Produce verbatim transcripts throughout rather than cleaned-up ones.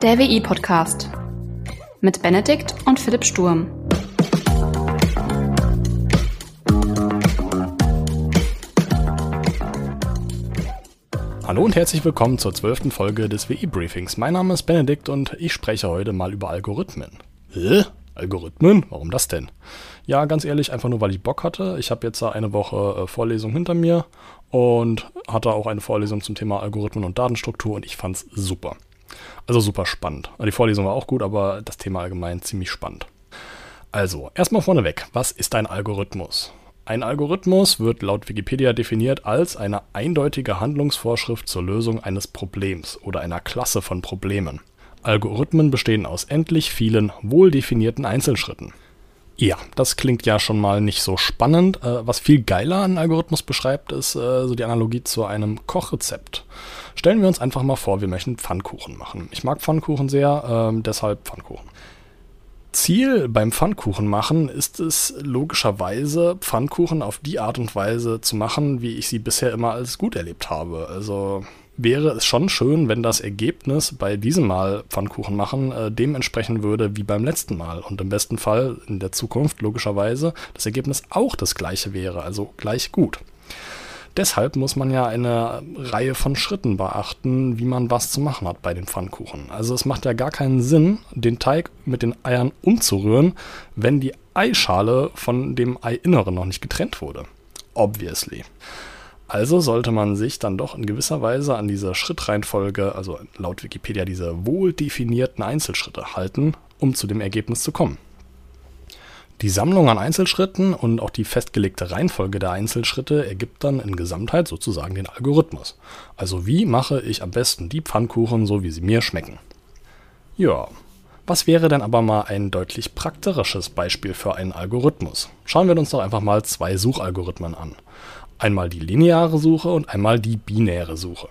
Der W I-Podcast mit Benedikt und Philipp Sturm. Hallo und herzlich willkommen zur zwölften Folge des W I-Briefings. Mein Name ist Benedikt und ich spreche heute mal über Algorithmen. Hä? Algorithmen? Warum das denn? Ja, ganz ehrlich, einfach nur, weil ich Bock hatte. Ich habe jetzt eine Woche äh, Vorlesung hinter mir und hatte auch eine Vorlesung zum Thema Algorithmen und Datenstruktur und ich fand's super. Also super spannend. Die Vorlesung war auch gut, aber das Thema allgemein ziemlich spannend. Also, erstmal vorneweg, was ist ein Algorithmus? Ein Algorithmus wird laut Wikipedia definiert als eine eindeutige Handlungsvorschrift zur Lösung eines Problems oder einer Klasse von Problemen. Algorithmen bestehen aus endlich vielen, wohldefinierten Einzelschritten. Ja, das klingt ja schon mal nicht so spannend. Äh, was viel geiler an Algorithmus beschreibt, ist äh, so die Analogie zu einem Kochrezept. Stellen wir uns einfach mal vor, wir möchten Pfannkuchen machen. Ich mag Pfannkuchen sehr, äh, deshalb Pfannkuchen. Ziel beim Pfannkuchen machen ist es logischerweise, Pfannkuchen auf die Art und Weise zu machen, wie ich sie bisher immer als gut erlebt habe. Also wäre es schon schön, wenn das Ergebnis bei diesem Mal Pfannkuchen machen äh, dem entsprechen würde wie beim letzten Mal. Und im besten Fall in der Zukunft logischerweise das Ergebnis auch das gleiche wäre, also gleich gut. Deshalb muss man ja eine Reihe von Schritten beachten, wie man was zu machen hat bei den Pfannkuchen. Also es macht ja gar keinen Sinn, den Teig mit den Eiern umzurühren, wenn die Eischale von dem Eiinneren noch nicht getrennt wurde. Obviously. Also sollte man sich dann doch in gewisser Weise an diese Schrittreihenfolge, also laut Wikipedia diese wohl definierten Einzelschritte halten, um zu dem Ergebnis zu kommen. Die Sammlung an Einzelschritten und auch die festgelegte Reihenfolge der Einzelschritte ergibt dann in Gesamtheit sozusagen den Algorithmus. Also wie mache ich am besten die Pfannkuchen so, wie sie mir schmecken? Ja, was wäre denn aber mal ein deutlich praktisches Beispiel für einen Algorithmus? Schauen wir uns doch einfach mal zwei Suchalgorithmen an. Einmal die lineare Suche und einmal die binäre Suche.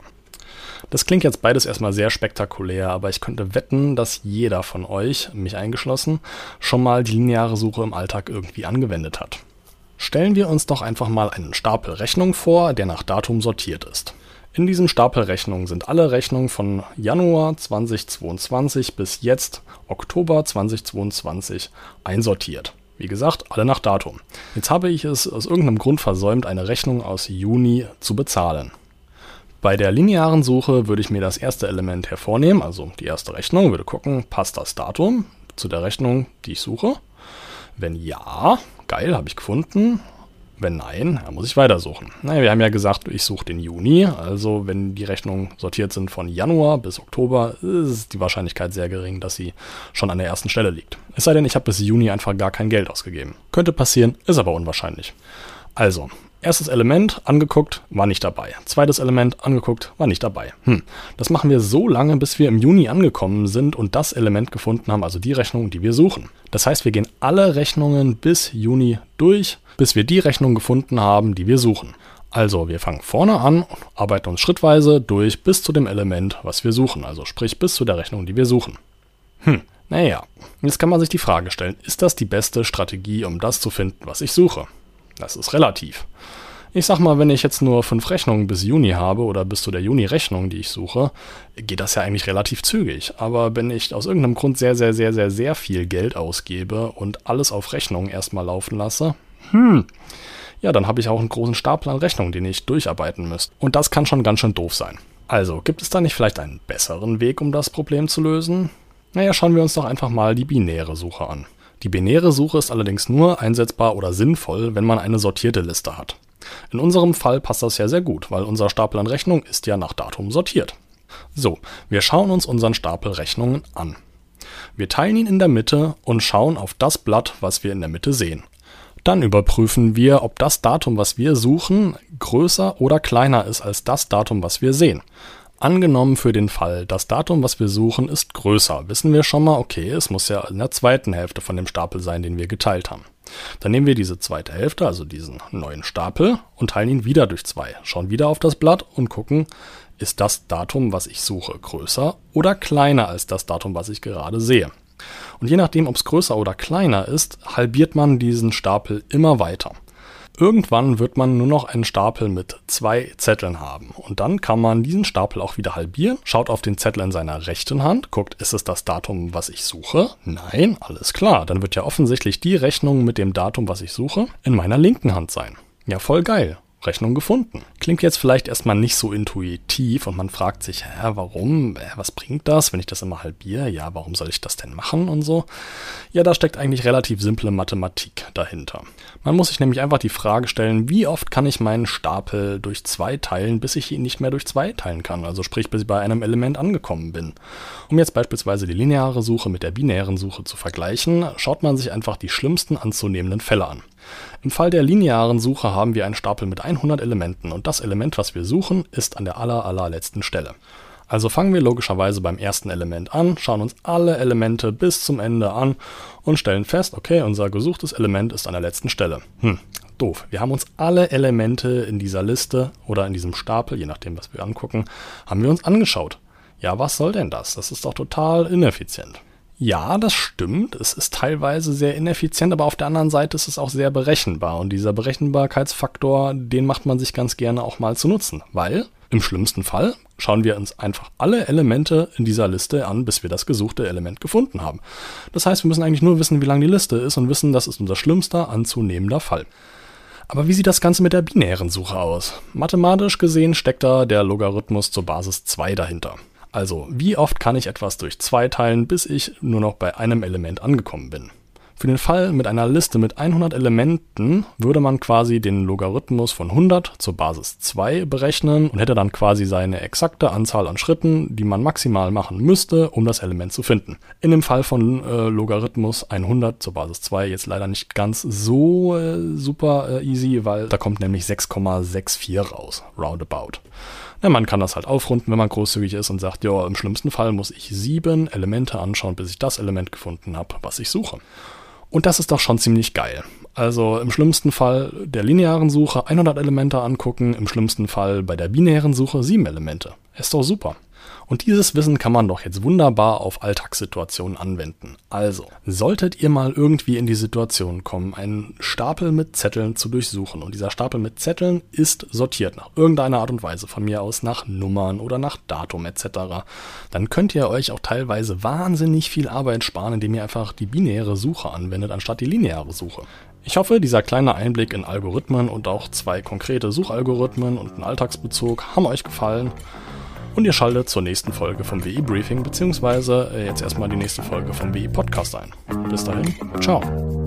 Das klingt jetzt beides erstmal sehr spektakulär, aber ich könnte wetten, dass jeder von euch, mich eingeschlossen, schon mal die lineare Suche im Alltag irgendwie angewendet hat. Stellen wir uns doch einfach mal einen Stapel Rechnungen vor, der nach Datum sortiert ist. In diesem Stapel Rechnungen sind alle Rechnungen von Januar zweitausendzweiundzwanzig bis jetzt Oktober zweitausendzweiundzwanzig einsortiert. Wie gesagt, alle nach Datum. Jetzt habe ich es aus irgendeinem Grund versäumt, eine Rechnung aus Juni zu bezahlen. Bei der linearen Suche würde ich mir das erste Element hervornehmen, also die erste Rechnung, würde gucken, passt das Datum zu der Rechnung, die ich suche? Wenn ja, geil, habe ich gefunden. Wenn nein, dann muss ich weitersuchen. Naja, wir haben ja gesagt, ich suche den Juni, also wenn die Rechnungen sortiert sind von Januar bis Oktober, ist die Wahrscheinlichkeit sehr gering, dass sie schon an der ersten Stelle liegt. Es sei denn, ich habe bis Juni einfach gar kein Geld ausgegeben. Könnte passieren, ist aber unwahrscheinlich. Also, erstes Element angeguckt, war nicht dabei. Zweites Element angeguckt, war nicht dabei. Hm, das machen wir so lange, bis wir im Juni angekommen sind und das Element gefunden haben, also die Rechnung, die wir suchen. Das heißt, wir gehen alle Rechnungen bis Juni durch, bis wir die Rechnung gefunden haben, die wir suchen. Also, wir fangen vorne an und arbeiten uns schrittweise durch bis zu dem Element, was wir suchen. Also sprich bis zu der Rechnung, die wir suchen. Hm, naja, jetzt kann man sich die Frage stellen, ist das die beste Strategie, um das zu finden, was ich suche? Das ist relativ. Ich sag mal, wenn ich jetzt nur fünf Rechnungen bis Juni habe oder bis zu der Juni-Rechnung, die ich suche, geht das ja eigentlich relativ zügig. Aber wenn ich aus irgendeinem Grund sehr, sehr, sehr, sehr, sehr viel Geld ausgebe und alles auf Rechnungen erstmal laufen lasse, hm, ja, dann habe ich auch einen großen Stapel an Rechnungen, den ich durcharbeiten müsste. Und das kann schon ganz schön doof sein. Also, gibt es da nicht vielleicht einen besseren Weg, um das Problem zu lösen? Naja, schauen wir uns doch einfach mal die binäre Suche an. Die binäre Suche ist allerdings nur einsetzbar oder sinnvoll, wenn man eine sortierte Liste hat. In unserem Fall passt das ja sehr gut, weil unser Stapel an Rechnungen ist ja nach Datum sortiert. So, wir schauen uns unseren Stapel Rechnungen an. Wir teilen ihn in der Mitte und schauen auf das Blatt, was wir in der Mitte sehen. Dann überprüfen wir, ob das Datum, was wir suchen, größer oder kleiner ist als das Datum, was wir sehen. Angenommen für den Fall, das Datum, was wir suchen, ist größer, wissen wir schon mal, okay, es muss ja in der zweiten Hälfte von dem Stapel sein, den wir geteilt haben. Dann nehmen wir diese zweite Hälfte, also diesen neuen Stapel, und teilen ihn wieder durch zwei. Schauen wieder auf das Blatt und gucken, ist das Datum, was ich suche, größer oder kleiner als das Datum, was ich gerade sehe. Und je nachdem, ob es größer oder kleiner ist, halbiert man diesen Stapel immer weiter. Irgendwann wird man nur noch einen Stapel mit zwei Zetteln haben und dann kann man diesen Stapel auch wieder halbieren, schaut auf den Zettel in seiner rechten Hand, guckt, ist es das Datum, was ich suche? Nein, alles klar, dann wird ja offensichtlich die Rechnung mit dem Datum, was ich suche, in meiner linken Hand sein. Ja, voll geil. Rechnung gefunden. Klingt jetzt vielleicht erstmal nicht so intuitiv und man fragt sich, hä, warum, äh, was bringt das, wenn ich das immer halbiere? Ja, warum soll ich das denn machen und so? Ja, da steckt eigentlich relativ simple Mathematik dahinter. Man muss sich nämlich einfach die Frage stellen, wie oft kann ich meinen Stapel durch zwei teilen, bis ich ihn nicht mehr durch zwei teilen kann, also sprich, bis ich bei einem Element angekommen bin. Um jetzt beispielsweise die lineare Suche mit der binären Suche zu vergleichen, schaut man sich einfach die schlimmsten anzunehmenden Fälle an. Im Fall der linearen Suche haben wir einen Stapel mit hundert Elementen und das Element, was wir suchen, ist an der aller, allerletzten Stelle. Also fangen wir logischerweise beim ersten Element an, schauen uns alle Elemente bis zum Ende an und stellen fest, okay, unser gesuchtes Element ist an der letzten Stelle. Hm, doof. Wir haben uns alle Elemente in dieser Liste oder in diesem Stapel, je nachdem, was wir angucken, haben wir uns angeschaut. Ja, was soll denn das? Das ist doch total ineffizient. Ja, das stimmt. Es ist teilweise sehr ineffizient, aber auf der anderen Seite ist es auch sehr berechenbar. Und dieser Berechenbarkeitsfaktor, den macht man sich ganz gerne auch mal zu nutzen. Weil, im schlimmsten Fall, schauen wir uns einfach alle Elemente in dieser Liste an, bis wir das gesuchte Element gefunden haben. Das heißt, wir müssen eigentlich nur wissen, wie lang die Liste ist und wissen, das ist unser schlimmster anzunehmender Fall. Aber wie sieht das Ganze mit der binären Suche aus? Mathematisch gesehen steckt da der Logarithmus zur Basis zwei dahinter. Also, wie oft kann ich etwas durch zwei teilen, bis ich nur noch bei einem Element angekommen bin? Für den Fall mit einer Liste mit hundert Elementen würde man quasi den Logarithmus von hundert zur Basis zwei berechnen und hätte dann quasi seine exakte Anzahl an Schritten, die man maximal machen müsste, um das Element zu finden. In dem Fall von äh, Logarithmus hundert zur Basis zwei jetzt leider nicht ganz so äh, super äh, easy, weil da kommt nämlich sechs Komma vierundsechzig raus, roundabout. Ja, man kann das halt aufrunden, wenn man großzügig ist und sagt, ja, im schlimmsten Fall muss ich sieben Elemente anschauen, bis ich das Element gefunden habe, was ich suche. Und das ist doch schon ziemlich geil. Also im schlimmsten Fall der linearen Suche hundert Elemente angucken, im schlimmsten Fall bei der binären Suche sieben Elemente. Ist doch super. Und dieses Wissen kann man doch jetzt wunderbar auf Alltagssituationen anwenden. Also, solltet ihr mal irgendwie in die Situation kommen, einen Stapel mit Zetteln zu durchsuchen und dieser Stapel mit Zetteln ist sortiert nach irgendeiner Art und Weise, von mir aus nach Nummern oder nach Datum et cetera, dann könnt ihr euch auch teilweise wahnsinnig viel Arbeit sparen, indem ihr einfach die binäre Suche anwendet, anstatt die lineare Suche. Ich hoffe, dieser kleine Einblick in Algorithmen und auch zwei konkrete Suchalgorithmen und einen Alltagsbezug haben euch gefallen. Und ihr schaltet zur nächsten Folge vom W I-Briefing, beziehungsweise jetzt erstmal die nächste Folge vom W I-Podcast ein. Bis dahin, ciao.